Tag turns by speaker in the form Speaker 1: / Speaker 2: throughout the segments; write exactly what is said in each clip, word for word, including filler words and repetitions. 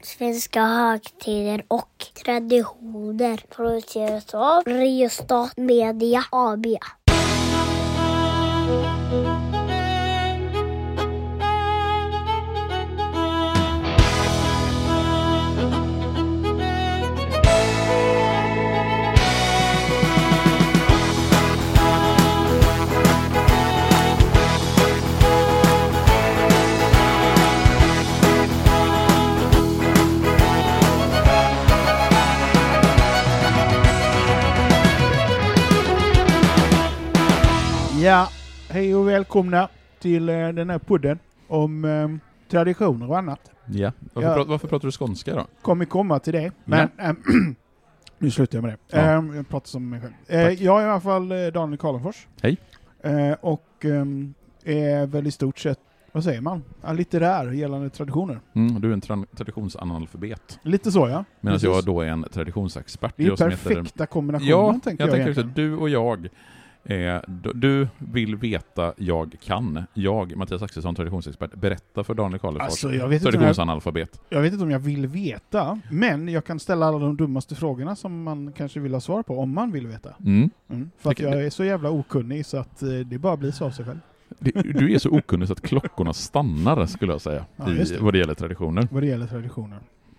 Speaker 1: Svenska högtider och traditioner produceras av Riostat Media A B.
Speaker 2: Ja, hej och välkomna till eh, den här podden om eh, traditioner och annat.
Speaker 3: Ja, varför,
Speaker 2: Ja.
Speaker 3: Pratar, varför pratar du skånska då?
Speaker 2: Kommer komma till det, men
Speaker 3: Ja.
Speaker 2: eh, nu slutar jag med det.
Speaker 3: Ja.
Speaker 2: Eh, jag pratar som mig själv. Eh, jag är i alla fall eh, Daniel Karlenfors.
Speaker 3: Hej.
Speaker 2: Eh, och eh, är väl i stort sett, vad säger man, ja, litterär gällande traditioner.
Speaker 3: Mm, du är en tra- traditionsanalfabet.
Speaker 2: Lite så, ja.
Speaker 3: Medan
Speaker 2: Precis.
Speaker 3: jag då är en traditionsexpert.
Speaker 2: Det är ju
Speaker 3: jag som
Speaker 2: perfekta
Speaker 3: heter...
Speaker 2: kombinationen,
Speaker 3: Ja,
Speaker 2: tänker
Speaker 3: jag,
Speaker 2: jag.
Speaker 3: tänker också,
Speaker 2: egentligen.
Speaker 3: du och jag, eh, du, du vill veta, jag kan. Jag, Mattias Axelsson, traditionsexpert, berätta för Daniel Karlenfors,
Speaker 2: Alltså, jag vet inte om jag,
Speaker 3: traditionsanalfabet.
Speaker 2: jag vet inte om jag vill veta, men jag kan ställa alla de dummaste frågorna som man kanske vill ha svar på, om man vill veta.
Speaker 3: Mm.
Speaker 2: Mm, för att
Speaker 3: Det-
Speaker 2: jag är så jävla okunnig så att eh, det bara blir så av sig själv.
Speaker 3: Du, du är så okunnig så att klockorna stannar, skulle jag säga,
Speaker 2: Ja, just
Speaker 3: i,
Speaker 2: det.
Speaker 3: vad det gäller traditioner.
Speaker 2: Vad det gäller traditioner.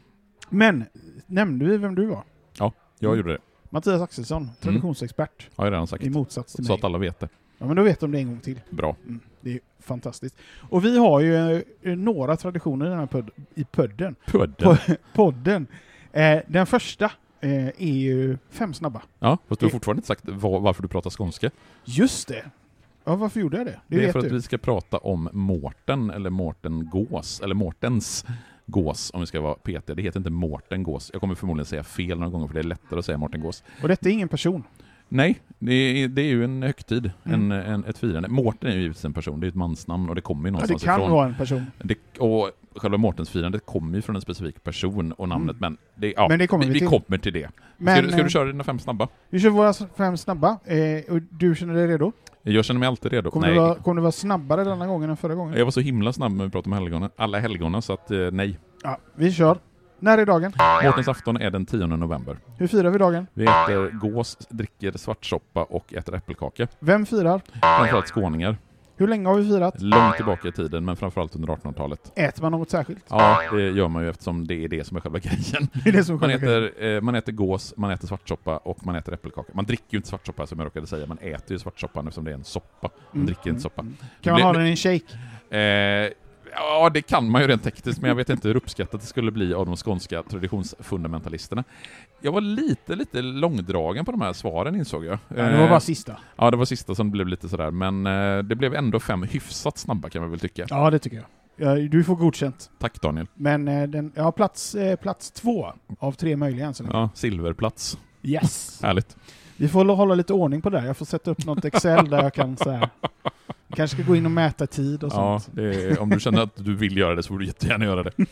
Speaker 2: Men, nämnde vi vem du var?
Speaker 3: Jag gjorde det.
Speaker 2: Mattias Axelsson, traditionsexpert.
Speaker 3: Har jag redan sagt.
Speaker 2: I motsats till
Speaker 3: Så
Speaker 2: mig.
Speaker 3: att alla vet det.
Speaker 2: Ja, men då vet de det en gång till.
Speaker 3: Bra.
Speaker 2: Mm, det är fantastiskt. Och vi har ju eh, några traditioner i den här pod- i podden.
Speaker 3: Pudden.
Speaker 2: Po- podden. Eh, den första eh, är ju fem snabba.
Speaker 3: Ja, fast du har fortfarande inte sagt var, varför du pratar skånska.
Speaker 2: Just det. Ja, varför gjorde jag det? Det,
Speaker 3: Det är
Speaker 2: vet
Speaker 3: för att
Speaker 2: du.
Speaker 3: vi ska prata om Mårten, eller Mårten Gås, eller Mårtens Gås, om vi ska vara petiga. Det heter inte Mårten Gås. Jag kommer förmodligen säga fel några gånger, för det är lättare att säga Mårten Gås.
Speaker 2: Och detta är ingen person.
Speaker 3: Nej, det är, det är ju en högtid,
Speaker 2: Mm.
Speaker 3: en, en, ett firande. Mårten är ju givetvis en person, det är ett mansnamn och det kommer ju
Speaker 2: Ja, det
Speaker 3: någonstans
Speaker 2: kan
Speaker 3: ifrån.
Speaker 2: vara en person.
Speaker 3: Det, och själva Mårtensfirandet kommer ju från en specifik person och namnet,
Speaker 2: Mm.
Speaker 3: men, det, ja,
Speaker 2: Men det kommer
Speaker 3: vi,
Speaker 2: vi till.
Speaker 3: vi kommer till det.
Speaker 2: Men,
Speaker 3: ska, du, ska
Speaker 2: eh,
Speaker 3: du köra dina fem snabba?
Speaker 2: Vi kör våra fem snabba. Eh, och du känner dig redo?
Speaker 3: Jag känner mig alltid redo.
Speaker 2: Kommer,
Speaker 3: Nej,
Speaker 2: du vara, kommer du vara snabbare denna gången än förra gången?
Speaker 3: jag var så himla snabb när vi pratade om helgona, alla helgona, så att eh, nej.
Speaker 2: Ja, vi kör. När är dagen?
Speaker 3: Mårtens afton är den tionde november.
Speaker 2: Hur firar vi dagen?
Speaker 3: Vi äter gås, dricker svartsoppa och äter äppelkaka.
Speaker 2: Vem firar?
Speaker 3: Framförallt skåningar.
Speaker 2: Hur länge har vi firat?
Speaker 3: Långt tillbaka i tiden, men framförallt under artonhundratalet.
Speaker 2: Äter man något särskilt?
Speaker 3: Ja, det gör man ju eftersom det är det som är själva grejen.
Speaker 2: Det är det som
Speaker 3: Man
Speaker 2: själva grejen.
Speaker 3: äter, eh, man äter gås, man äter svartsoppa och man äter äppelkaka. Man dricker ju inte svartsoppa som jag råkade säga, man äter ju svartsoppan eftersom det är en soppa. Man
Speaker 2: Mm,
Speaker 3: dricker
Speaker 2: mm,
Speaker 3: inte soppa.
Speaker 2: mm. Kan man
Speaker 3: Det-
Speaker 2: ha den i en shake?
Speaker 3: Eh, ja, det kan man ju rent tekniskt, men jag vet inte hur uppskattat det skulle bli av de skånska traditionsfundamentalisterna. Jag var lite, lite långdragen på de här svaren, insåg jag.
Speaker 2: Ja, det var bara sista.
Speaker 3: Ja, det var sista som blev lite sådär, men eh, det blev ändå fem hyfsat snabba, kan man väl tycka.
Speaker 2: Ja, det tycker jag. Ja, du får godkänt.
Speaker 3: Tack Daniel.
Speaker 2: Men eh, den, ja, plats, eh, plats två av tre möjliga än så länge.
Speaker 3: Ja, silverplats.
Speaker 2: Yes!
Speaker 3: Härligt.
Speaker 2: Vi får hålla lite ordning på det. Jag får sätta upp något Excel där jag kan så här. Kanske ska gå in och mäta tid och
Speaker 3: Ja,
Speaker 2: sånt.
Speaker 3: det är, om du känner att du vill göra det så får du jättegärna göra det.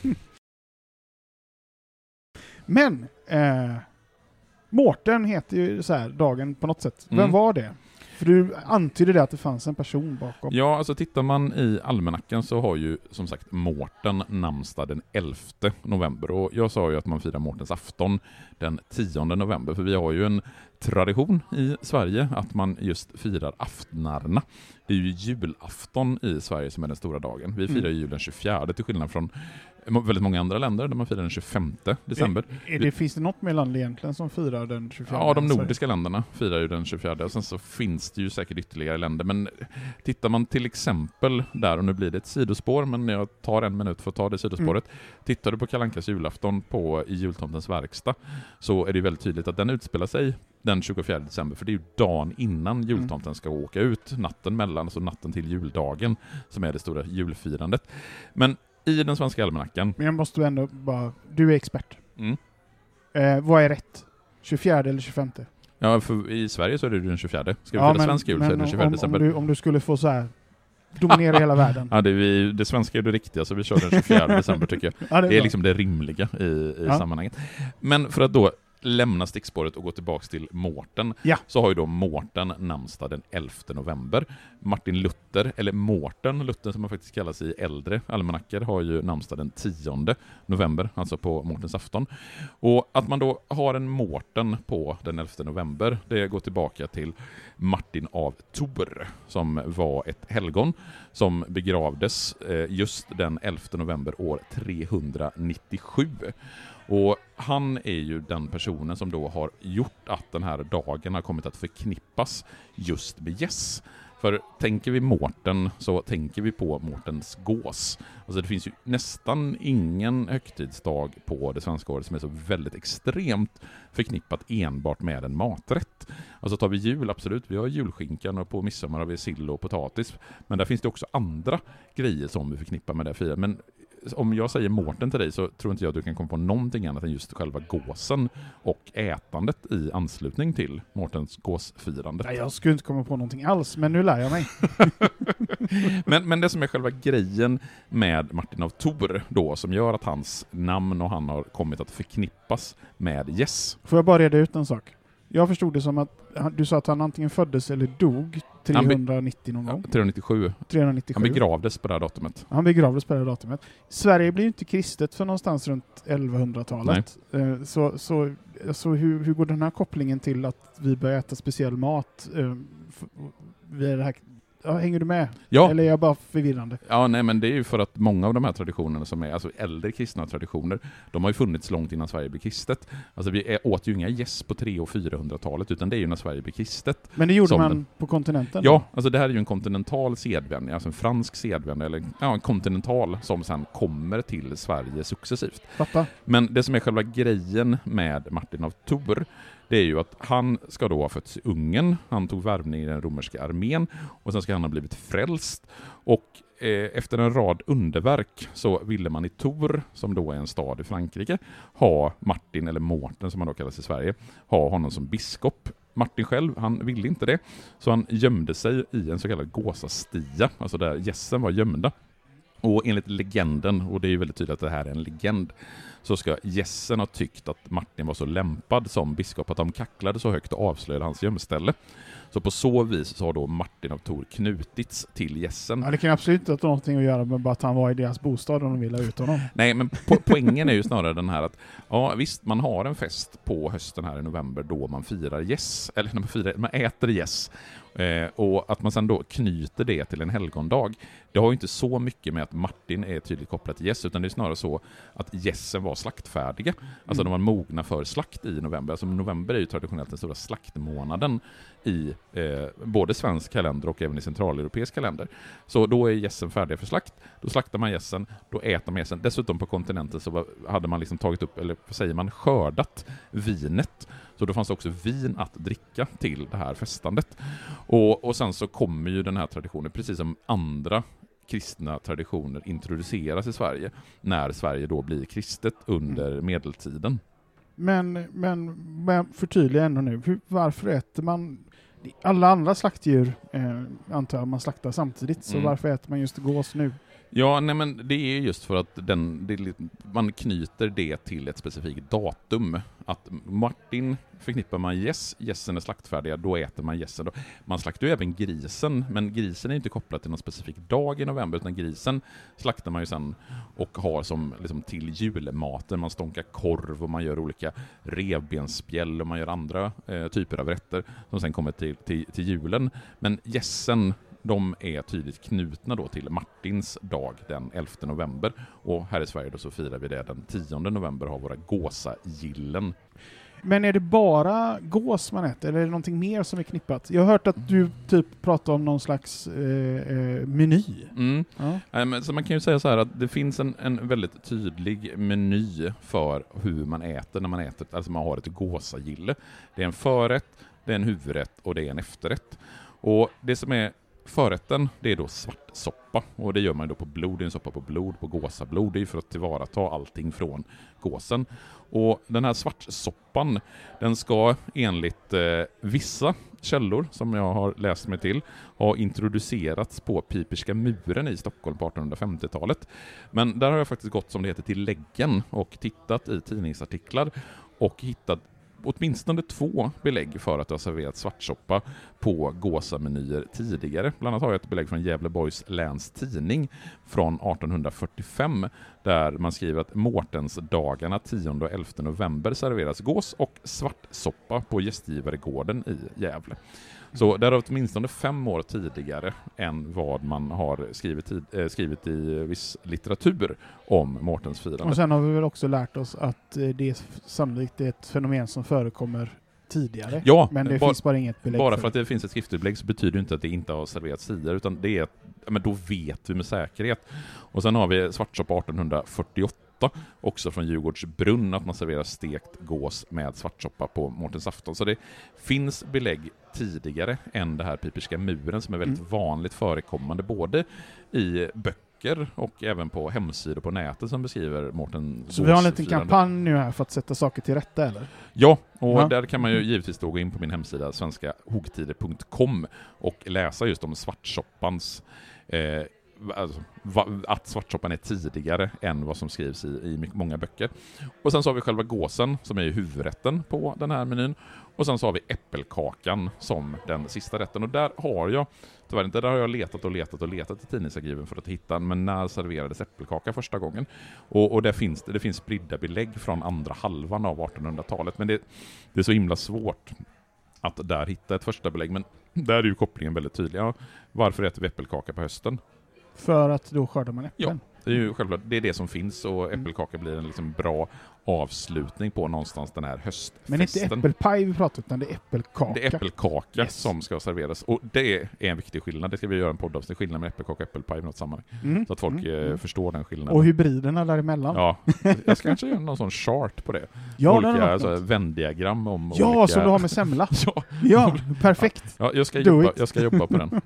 Speaker 2: Men eh, Mårten heter ju så här dagen på något sätt. Vem
Speaker 3: Mm.
Speaker 2: var det? För du antydde det att det fanns en person bakom.
Speaker 3: Ja, alltså tittar man i almanackan så har ju som sagt Mårten namnsdag den elfte november, och jag sa ju att man firar Mårtens afton den tionde november, för vi har ju en tradition i Sverige att man just firar aftnarna. Det är ju julafton i Sverige som är den stora dagen. Vi firar
Speaker 2: Mm.
Speaker 3: ju jul den tjugofjärde till skillnad från väldigt många andra länder där man firar den tjugofemte december.
Speaker 2: Är, är det, finns det något med land egentligen som firar den tjugofjärde?
Speaker 3: Ja, de nordiska länderna firar ju den tjugofjärde, och sen så finns det ju säkert ytterligare länder. Men tittar man till exempel där, och nu blir det ett sidospår, men jag tar en minut för att ta det sidospåret. Mm. Tittar du på Kalle Ankas julafton på i jultomtens verkstad, så är det väldigt tydligt att den utspelar sig den tjugofjärde december, för det är ju dagen innan jultomten ska åka ut, natten mellan, alltså natten till juldagen, som är det stora julfirandet. Men i den svenska almanackan.
Speaker 2: Men jag måste ändå bara... Du är expert.
Speaker 3: Mm.
Speaker 2: Eh, vad är rätt? tjugofjärde eller tjugofemte?
Speaker 3: Ja, för i Sverige så är det den tjugofjärde. Ska vi
Speaker 2: ja,
Speaker 3: fira
Speaker 2: men,
Speaker 3: svensk jul så är det den tjugofjärde
Speaker 2: om,
Speaker 3: december.
Speaker 2: om, du, om du skulle få så här dominera hela världen.
Speaker 3: Ja, det, är vi, det svenska är det riktiga, så vi kör den tjugofjärde december tycker jag.
Speaker 2: Ja, det är,
Speaker 3: Det är
Speaker 2: bra.
Speaker 3: liksom det rimliga i, i
Speaker 2: Ja.
Speaker 3: sammanhanget. Men för att då lämna stickspåret och gå tillbaka till Mårten,
Speaker 2: Ja.
Speaker 3: så har ju då Mårten namnsdag den elfte november. Martin Luther, eller Mårten Luther som man faktiskt kallas i äldre almanackor, har ju namnsdag den tionde november, alltså på Mårtens afton. Och att man då har en Mårten på den elfte november, det går tillbaka till Martin av Tours, som var ett helgon som begravdes just den elfte november år trehundranittiosju. Och han är ju den personen som då har gjort att den här dagen har kommit att förknippas just med gäss. För tänker vi Mårten så tänker vi på Mårtens gås. Alltså det finns ju nästan ingen högtidsdag på det svenska året som är så väldigt extremt förknippat enbart med en maträtt. Alltså tar vi jul, absolut, vi har julskinkan och på midsommar har vi sill och potatis. Men där finns det också andra grejer som vi förknippar med det firandet. Men om jag säger Mårten till dig så tror inte jag att du kan komma på någonting annat än just själva gåsen och ätandet i anslutning till Mårtens gåsfirandet.
Speaker 2: Nej, jag skulle inte komma på någonting alls, men nu lär jag mig.
Speaker 3: men, men det som är själva grejen med Martin av Tours då, som gör att hans namn och han har kommit att förknippas med gäss.
Speaker 2: Får jag bara reda ut en sak? Jag förstod det som att du sa att han antingen föddes eller dog trehundranittio någon gång.
Speaker 3: Ja, trehundranittiosju.
Speaker 2: trehundranittiosju.
Speaker 3: Han begravdes på det här datumet.
Speaker 2: Han begravdes på det här datumet. Sverige blir ju inte kristet för någonstans runt elvahundratalet. Eh, Så, så, så hur, hur går den här kopplingen till att vi börjar äta speciell mat? Eh, f- via det här, ja, hänger du med?
Speaker 3: Ja.
Speaker 2: Eller är jag bara förvirrande?
Speaker 3: Ja, nej, men det är ju för att många av de här traditionerna som är alltså äldre kristna traditioner, de har ju funnits långt innan Sverige blev kristet. Alltså vi åt ju inga gäss på tre- och fyrahundratalet, utan det är ju när Sverige blev kristet.
Speaker 2: Men det gjorde
Speaker 3: Som
Speaker 2: man
Speaker 3: den.
Speaker 2: på kontinenten?
Speaker 3: Ja, alltså det här är ju en kontinental sedvänja, alltså en fransk sedvänja, eller ja, en kontinental som sen kommer till Sverige successivt.
Speaker 2: Fattar.
Speaker 3: Men det som är själva grejen med Martin av Tours, det är ju att han ska då ha fötts i Ungern, han tog värvning i den romerska armén och sen ska han ha blivit frälst. Och eh, efter en rad underverk så ville man i Tours, som då är en stad i Frankrike, ha Martin, eller Mårten som han då kallas i Sverige, ha honom som biskop. Martin själv, han ville inte det, så han gömde sig i en så kallad gåsastia, alltså där gässen var gömda. Och enligt legenden, och det är ju väldigt tydligt att det här är en legend, så ska gässen ha tyckt att Martin var så lämpad som biskop att de kacklade så högt och avslöjade hans gömställe. Så på så vis så har då Martin av Tours knutits till gässen.
Speaker 2: Ja, det kan absolut inte ha någonting att göra med bara att han var i deras bostad och de ville ha ut honom.
Speaker 3: Nej, men po- poängen är ju snarare den här att ja, visst, man har en fest på hösten här i november då man firar gäss, eller när man, firar, man äter gäss. Eh, och att man sen då knyter det till en helgondag, det har ju inte så mycket med att Martin är tydligt kopplat till gäss, utan det är snarare så att gässen var slaktfärdiga. Alltså de var mogna för slakt i november. Alltså november är ju traditionellt den stora slaktmånaden i eh, både svensk kalender och även i centraleuropeisk kalender. Så då är gässen färdiga för slakt. Då slaktar man gässen, då äter man gässen. Dessutom på kontinenten så var, hade man liksom tagit upp, eller vad säger man, skördat vinet. Så då fanns det också vin att dricka till det här festandet. Och, och sen så kommer ju den här traditionen, precis som andra kristna traditioner, introduceras i Sverige när Sverige då blir kristet under medeltiden.
Speaker 2: Men, men, men förtydliga ändå nu, hur, varför äter man alla andra slaktdjur, eh, antar jag man slaktar samtidigt, så
Speaker 3: Mm.
Speaker 2: varför äter man just gås nu?
Speaker 3: Ja, nej, men det är just för att den, det, man knyter det till ett specifikt datum. Att Martin förknippar man gäss, gässen är slaktfärdiga, då äter man gässen. Man slaktar ju även grisen, men grisen är inte kopplad till någon specifik dag i november, utan grisen slaktar man ju sen och har som liksom till julmaten. Man stånkar korv och man gör olika revbensspjäll och man gör andra eh, typer av rätter som sen kommer till, till, till julen. Men gässen, de är tydligt knutna då till Martins dag den elfte november. Och här i Sverige då så firar vi det den tionde november, har våra gåsagillen.
Speaker 2: Men är det bara gås man äter, eller är det någonting mer som är knippat? Jag har hört att du typ pratar om någon slags eh, eh, meny.
Speaker 3: Mm.
Speaker 2: Ja.
Speaker 3: Nej, men så man kan ju säga så här att det finns en, en väldigt tydlig meny för hur man äter när man äter, alltså man har ett gåsagille. Det är en förrätt, det är en huvudrätt och det är en efterrätt. Och det som är förrätten, det är då svartsoppa, och det gör man då på blod, det är en soppa på blod, på gåsablod, det är för att tillvarata allting från gåsen. Och den här svartsoppan, den ska enligt eh, vissa källor som jag har läst mig till ha introducerats på Piperska muren i Stockholm på artonhundrafemtiotalet. Men där har jag faktiskt gått, som det heter, till läggen och tittat i tidningsartiklar och hittat åtminstone två belägg för att det har serverat svartsoppa på gåsamenyer tidigare. Bland annat har jag ett belägg från Gävleborgs läns tidning från arton fyrtiofem där man skriver att Mårtensdagarna tionde och elfte november serveras gås och svartsoppa på Gästgivaregården i Gävle. Så det är åtminstone fem år tidigare än vad man har skrivit, tid, äh, skrivit i viss litteratur om Mårtensfirande.
Speaker 2: Och sen har vi väl också lärt oss att det är sannolikt ett fenomen som förekommer tidigare.
Speaker 3: Ja,
Speaker 2: men det
Speaker 3: bara,
Speaker 2: finns bara inget belägg
Speaker 3: Bara
Speaker 2: för
Speaker 3: för att det finns ett skriftligt belägg så betyder det inte att det inte har serverats tidigare, utan det är, men då vet vi med säkerhet. Och sen har vi svartsoppa arton fyrtioåtta också från Djurgårdsbrunn att man serverar stekt gås med svartsoppa på Mårtensafton. Så det finns belägg tidigare än det här piperska muren som är väldigt mm. vanligt förekommande både i böcker och även på hemsidor på nätet som beskriver Mårten.
Speaker 2: Så vi har en liten kampanj nu här för att sätta saker till rätta, eller?
Speaker 3: Ja, och ja. Där kan man ju givetvis då gå in på min hemsida svenska hogtider punkt com och läsa just om svartsoppans eh, alltså, va, att svartsoppan är tidigare än vad som skrivs i, i många böcker. Och sen så har vi själva gåsen som är huvudrätten på den här menyn. Och sen så har vi äppelkakan som den sista rätten. Och där har jag, tyvärr inte, där har jag letat och letat och letat i tidningsarkiven för att hitta, men när serverades äppelkaka första gången? Och, och där finns det, det finns spridda belägg från andra halvan av artonhundratalet. Men det, det är så himla svårt att där hitta ett första belägg. Men där är ju kopplingen väldigt tydlig. Ja, varför äter vi äppelkaka på hösten?
Speaker 2: För att då skördar man äpplen.
Speaker 3: Ja, det är ju självklart. Det är det som finns och äppelkaka blir en liksom bra avslutning på någonstans den här höstfesten.
Speaker 2: Men inte äppelpaj vi pratar, utan det är äppelkaka.
Speaker 3: Det är äppelkaka
Speaker 2: yes.
Speaker 3: som ska serveras. Och det är en viktig skillnad. Det ska vi göra en poddavsnitt, skillnad med äppelkaka och äppelpaj i något sammanhang. Mm. Så att folk mm. förstår den skillnaden.
Speaker 2: Och hybriderna däremellan.
Speaker 3: Ja, jag ska kanske göra någon sån chart på det.
Speaker 2: Ja,
Speaker 3: olika
Speaker 2: det
Speaker 3: alltså, vändiagram om
Speaker 2: ja,
Speaker 3: olika...
Speaker 2: som du har med semla.
Speaker 3: ja.
Speaker 2: ja, perfekt.
Speaker 3: Ja, jag, ska jobba, jag ska jobba på den.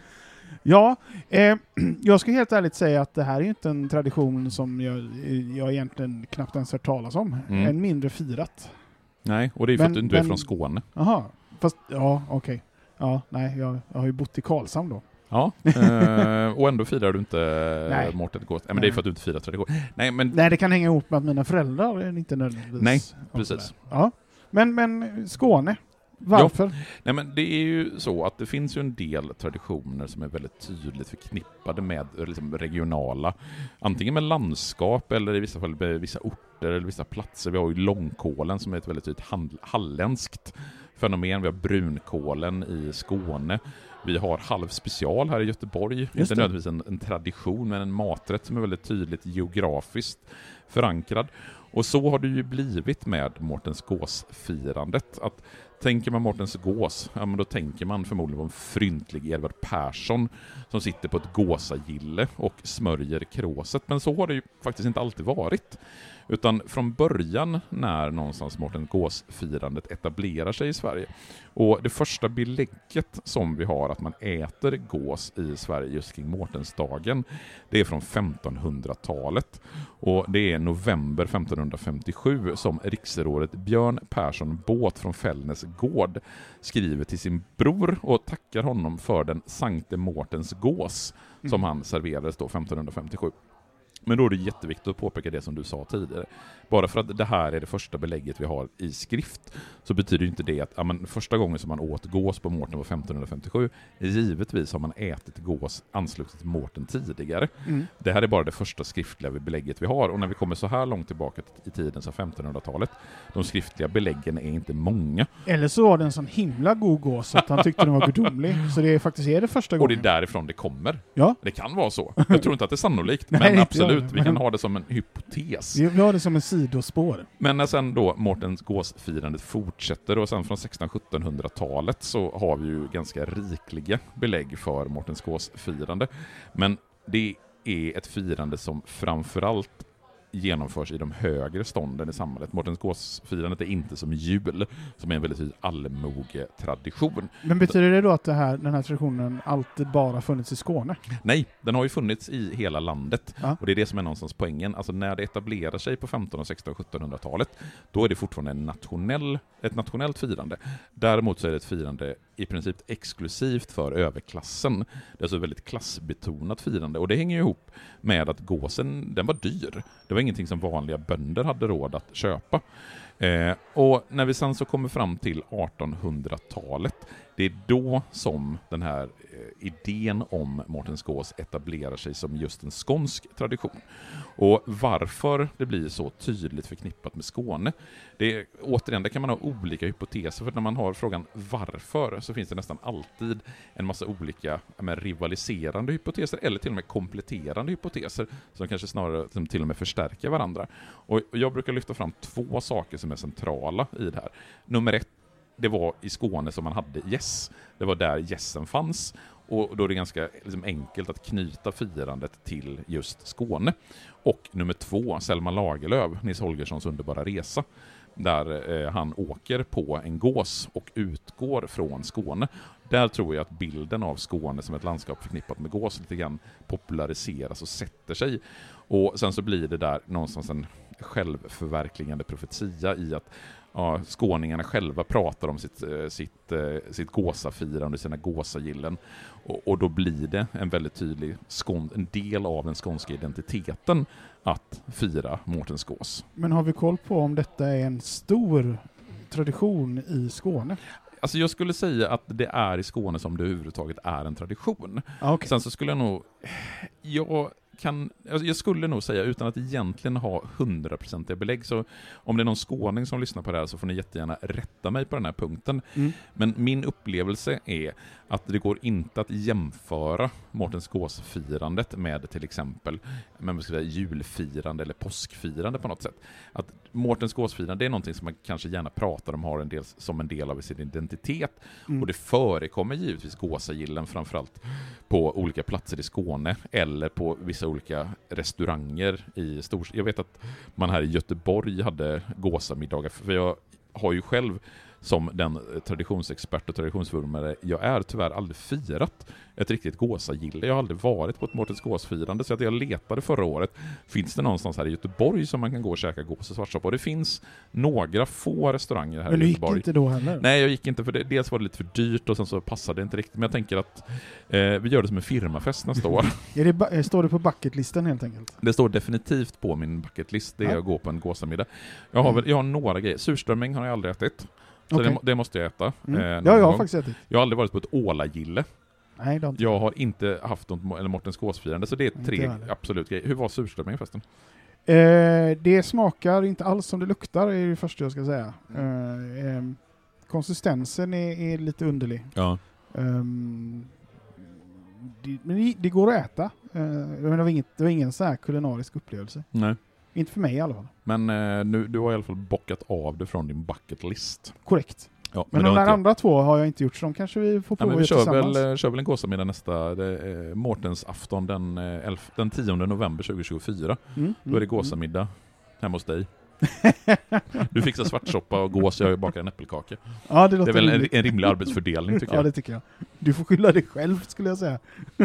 Speaker 2: Ja, eh, jag ska helt ärligt säga att det här är inte en tradition som jag, jag egentligen knappt ens hört talas om. Mm. En mindre firat.
Speaker 3: Nej, och det är för men, att du inte men, är från Skåne.
Speaker 2: Jaha, fast ja, okej. Okay. Ja, nej, jag, jag har ju bott i Karlshamn då.
Speaker 3: Ja, eh, och ändå firar du inte Mårten gås. Nej, men det är för att du inte firar tradition. Nej, men...
Speaker 2: nej, det kan hänga ihop med att mina föräldrar är inte nödvändigtvis.
Speaker 3: Nej, precis.
Speaker 2: Ja, men, men Skåne. Varför?
Speaker 3: Ja. Nej, men det är ju så att det finns ju en del traditioner som är väldigt tydligt förknippade med liksom, regionala, antingen med landskap eller i vissa fall med vissa orter eller vissa platser. Vi har ju långkålen som är ett väldigt tydligt halländskt fenomen. Vi har brunkålen i Skåne. Vi har halvspecial här i Göteborg. Just inte nödvändigtvis en, en tradition, men en maträtt som är väldigt tydligt geografiskt förankrad. Och så har det ju blivit med Mårtens gåsfirandet. Att tänker man Mårtens gås, ja, men då tänker man förmodligen på en fryntlig Edvard Persson som sitter på ett gåsagille och smörjer kråset. Men så har det ju faktiskt inte alltid varit. Utan från början när någonstans Mårtens gåsfirandet etablerar sig i Sverige. Och det första belägget som vi har att man äter gås i Sverige just kring Mårtensdagen, det är från femtonhundratalet. Och det är november femtonhundrafemtiosju som riksrådet Björn Persson Båt från Fällnäs gård skriver till sin bror och tackar honom för den Sankte Mårtens gås mm. som han serverades då femtonhundrafemtiosju. Men då är det jätteviktigt att påpeka det som du sa tidigare. Bara för att det här är det första belägget vi har i skrift så betyder inte det att ja, men första gången som man åt gås på Mårten var femtonhundrafemtiosju, givetvis har man ätit gås anslutet till Mårten tidigare. Mm. Det här är bara det första skriftliga belägget vi har, och när vi kommer så här långt tillbaka i tiden som femtonhundratalet, de skriftliga beläggen är inte många.
Speaker 2: Eller så var det en sån himla god gås att han tyckte den var gudomlig, så det är faktiskt är det första gången.
Speaker 3: Och det är därifrån det kommer.
Speaker 2: Ja.
Speaker 3: Det kan vara så. Jag tror inte att det är sannolikt,
Speaker 2: Nej,
Speaker 3: men absolut,
Speaker 2: det.
Speaker 3: vi kan ha det som en hypotes.
Speaker 2: Vi har det som en sidospår.
Speaker 3: Men när sen då Mårtens gåsfirandet fortsätter och sen från sexton-sjuttonhundratalet så har vi ju ganska rikliga belägg för Mårtens gåsfirande. Men det är ett firande som framförallt genomförs i de högre stånden i samhället. Mårtens gåsfirandet är inte som jul, som är en väldigt allmogetradition.
Speaker 2: Men betyder det då att det här, den här traditionen alltid bara funnits i Skåne?
Speaker 3: Nej, den har ju funnits i hela landet.
Speaker 2: Ja.
Speaker 3: Och det är det som är någonstans poängen. Alltså när det etablerar sig på femton-, sexton-, sjuttonhundratalet, då är det fortfarande en nationell, ett nationellt firande. Däremot så är det ett firande i princip exklusivt för överklassen. Det är alltså ett väldigt klassbetonat firande. Och det hänger ju ihop med att gåsen, den var dyr. Det var ingenting som vanliga bönder hade råd att köpa. Eh, och när vi sen så kommer fram till artonhundratalet, det är då som den här eh, idén om Mårtensgås etablerar sig som just en skånsk tradition. Och varför det blir så tydligt förknippat med Skåne, det är, återigen, där kan man ha olika hypoteser, för när man har frågan varför så finns det nästan alltid en massa olika med rivaliserande hypoteser eller till och med kompletterande hypoteser som kanske snarare som till och med förstärker varandra. Och jag brukar lyfta fram två saker som är centrala i det här. Nummer ett, det var i Skåne som man hade gäss. Det var där gässen fanns. Och då är det ganska liksom, enkelt att knyta firandet till just Skåne. Och nummer två, Selma Lagerlöf, Nils Holgerssons underbara resa. Där eh, han åker på en gås och utgår från Skåne. Där tror jag att bilden av Skåne som ett landskap förknippat med gås lite grann populariseras och sätter sig. Och sen så blir det där någonstans en självförverkligande profetia i att ja, skåningarna själva pratar om sitt, sitt, sitt gåsafirande, sina gåsagillen. Och, och då blir det en väldigt tydlig skån, en del av den skånska identiteten att fira Mårtensgås.
Speaker 2: Men har vi koll på om detta är en stor tradition i Skåne?
Speaker 3: Alltså jag skulle säga att det är i Skåne som det överhuvudtaget är en tradition.
Speaker 2: Ah, okay.
Speaker 3: Sen så skulle jag nog... Jag... Kan, jag skulle nog säga, utan att egentligen ha hundraprocentiga belägg, så om det är någon skåning som lyssnar på det här så får ni jättegärna rätta mig på den här punkten. Mm. Men min upplevelse är att det går inte att jämföra Mårtensgåsfirandet med till exempel men man ska säga, julfirande eller påskfirande på något sätt. Att Mårtensgåsfirande är någonting som man kanske gärna pratar om har en del, som en del av sin identitet. Mm. Och det förekommer givetvis gåsagillen framförallt på olika platser i Skåne eller på vissa olika restauranger i stors... Jag vet att man här i Göteborg hade gåsamiddagar, för jag har ju själv som den traditionsexpert och traditionsvurmare jag är tyvärr aldrig firat ett riktigt gåsagille. Jag har aldrig varit på ett Mårtensgåsfirande, så att jag letade förra året. Finns det någonstans här i Göteborg som man kan gå och käka gås och svartsoppa? Och det finns några få restauranger här
Speaker 2: Men
Speaker 3: i Göteborg.
Speaker 2: Men du gick inte då heller?
Speaker 3: Nej, jag gick inte, för det, dels var det lite för dyrt och sen så passade det inte riktigt. Men jag tänker att eh, vi gör det som en firmafest nästa år.
Speaker 2: Är det ba- står det på bucketlisten helt enkelt?
Speaker 3: Det står definitivt på min bucketlist. Det är ja. att gå på en gåsamiddag. Jag har, mm. väl, jag har några grejer. Surströmming har jag aldrig ätit. Så okay. det, det måste jag äta.
Speaker 2: Mm.
Speaker 3: Eh,
Speaker 2: ja, jag har
Speaker 3: gång.
Speaker 2: faktiskt ätit.
Speaker 3: Jag har aldrig varit på ett ålagille.
Speaker 2: Nej, det har inte.
Speaker 3: Jag har inte haft något eller Mårtensgåsfirande, så det är tre absolut grejer. Hur var surströmmingen förresten?
Speaker 2: Eh, det smakar inte alls som det luktar, är det första jag ska säga. Eh, eh, konsistensen är, är lite underlig.
Speaker 3: Ja.
Speaker 2: Um, det, men det, det går att äta. Uh, men det var, inget, det var ingen så här kulinarisk upplevelse.
Speaker 3: Nej.
Speaker 2: Inte för mig i alla fall.
Speaker 3: Men eh, nu, du har i alla fall bockat av det från din bucket list.
Speaker 2: Korrekt.
Speaker 3: Ja,
Speaker 2: men men de där andra två har jag inte gjort, så de kanske vi får prova
Speaker 3: ja, vi kör
Speaker 2: tillsammans.
Speaker 3: Väl, kör väl en gåsamiddag nästa eh, Mårtens afton den, eh, den tionde november tjugohundratjugofyra. Mm, Då är det gåsamiddag mm. hemma hos dig. Du fixar svartsoppa och gås, jag bakar en äppelkaka.
Speaker 2: Ja, det, låter
Speaker 3: det är väl en, en rimlig arbetsfördelning tycker jag.
Speaker 2: Ja, det tycker jag. Du får skylla dig själv, skulle jag säga.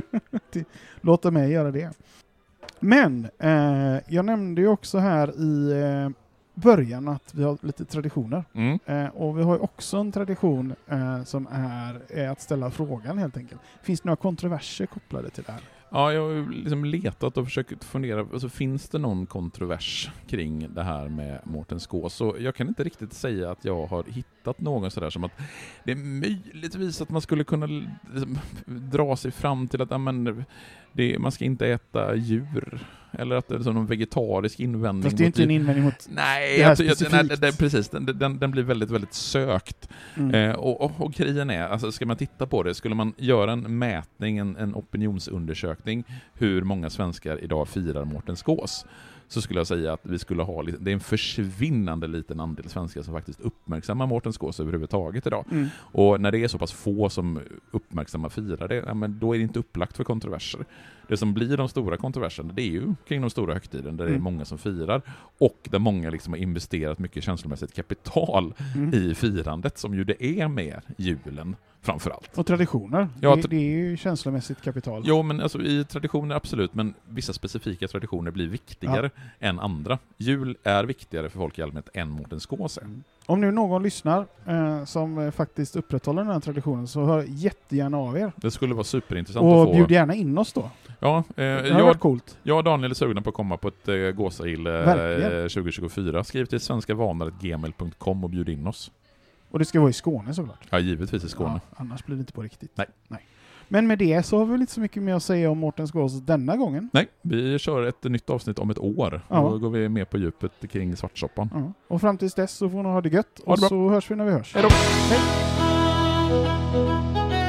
Speaker 2: Låt mig göra det. Men eh, jag nämnde ju också här i eh, början att vi har lite traditioner. Mm. Eh, och vi har ju också en tradition eh, som är, är att ställa frågan helt enkelt. Finns det några kontroverser kopplade till det här?
Speaker 3: Ja, jag har liksom letat och försökt fundera. Alltså, finns det någon kontrovers kring det här med Mårtensgås? Så jag kan inte riktigt säga att jag har hittat någon sådär som att det är möjligtvis att man skulle kunna liksom dra sig fram till att ja, men, det, man ska inte äta djur. Eller att det är som någon vegetarisk invändning.
Speaker 2: Fast det är inte en invändning mot
Speaker 3: nej,
Speaker 2: det här
Speaker 3: jag, jag, nej det, precis. Den, den, den blir väldigt, väldigt sökt. Mm. Eh, och, och, och grejen är, alltså, ska man titta på det, skulle man göra en mätning, en, en opinionsundersökning, hur många svenskar idag firar Mårtensgås, så skulle jag säga att vi skulle ha, det är en försvinnande liten andel svenskar som faktiskt uppmärksammar Mårtensgås överhuvudtaget idag. Mm. Och när det är så pass få som uppmärksammar firar det, ja, men då är det inte upplagt för kontroverser. Det som blir de stora kontroverserna, det är ju kring de stora högtiden där mm. det är många som firar och där många liksom har investerat mycket känslomässigt kapital mm. i firandet, som ju det är med julen framförallt.
Speaker 2: Och traditioner. Ja, det, det är ju känslomässigt kapital.
Speaker 3: Jo, men alltså i traditioner absolut, men vissa specifika traditioner blir viktigare. Ja. än andra. Jul är viktigare för folk i allmänhet än Mårtens gås.
Speaker 2: Mm. Om nu någon lyssnar eh, som eh, faktiskt upprätthåller den här traditionen, så hör jättegärna av er.
Speaker 3: Det skulle vara superintressant
Speaker 2: och
Speaker 3: att få.
Speaker 2: bjud gärna in oss då.
Speaker 3: Ja, eh,
Speaker 2: det har
Speaker 3: jag,
Speaker 2: varit coolt.
Speaker 3: jag och Daniel är sugna på att komma på ett eh, gåsagill eh, tjugo tjugofyra. Skriv till svenskavanor snabel-a gmail punkt com och bjud in oss.
Speaker 2: Och det ska vara i Skåne såklart.
Speaker 3: Ja, givetvis i Skåne.
Speaker 2: Ja, annars blir det inte på riktigt.
Speaker 3: Nej.
Speaker 2: Nej. Men med det så har vi väl inte så mycket mer att säga om Mårtens gås denna gången.
Speaker 3: Nej, vi kör ett nytt avsnitt om ett år.
Speaker 2: Ja.
Speaker 3: Då går vi mer på djupet kring svartsoppan.
Speaker 2: Ja. Och fram tills dess så får ni ha det gött.
Speaker 3: Ha
Speaker 2: och
Speaker 3: det bra.
Speaker 2: så hörs vi när vi hörs.
Speaker 3: Hej då!
Speaker 2: Hej.